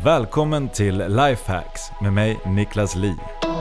Välkommen till Lifehacks med mig Niklas Li.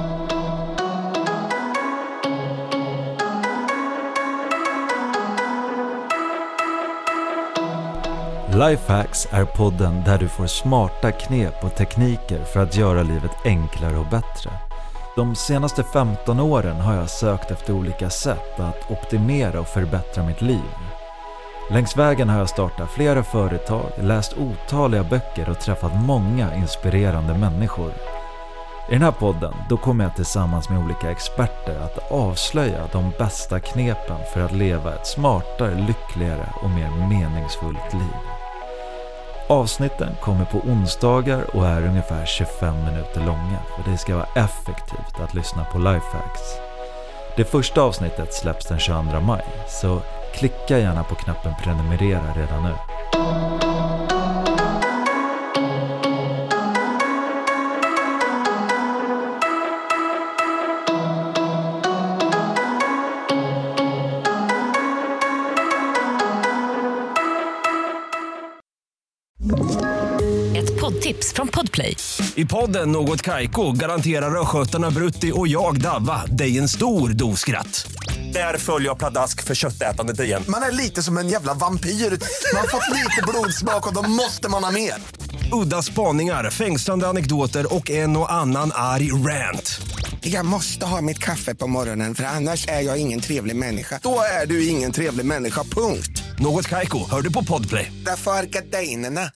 Lifehacks är podden där du får smarta knep och tekniker för att göra livet enklare och bättre. De senaste 15 åren har jag sökt efter olika sätt att optimera och förbättra mitt liv. Längs vägen har jag startat flera företag, läst otaliga böcker och träffat många inspirerande människor. I den här podden då kommer jag tillsammans med olika experter att avslöja de bästa knepen för att leva ett smartare, lyckligare och mer meningsfullt liv. Avsnitten kommer på onsdagar och är ungefär 25 minuter långa för det ska vara effektivt att lyssna på Lifehacks. Det första avsnittet släpps den 22 maj, så klicka gärna på knappen prenumerera redan nu. Ett poddtips från Podplay. I podden Något Kaiko garanterar röskötarna Brutti och jag Davva dig en stor doskratt. Där följer jag pladask för köttätandet igen. Man är lite som en jävla vampyr. Man har fått lite blodsmak och då måste man ha mer. Udda spaningar, fängslande anekdoter och en och annan arg rant. Jag måste ha mitt kaffe på morgonen för annars är jag ingen trevlig människa. Då är du ingen trevlig människa, punkt. Något Kaiko, hör du på Podplay. Därför är gardinerna.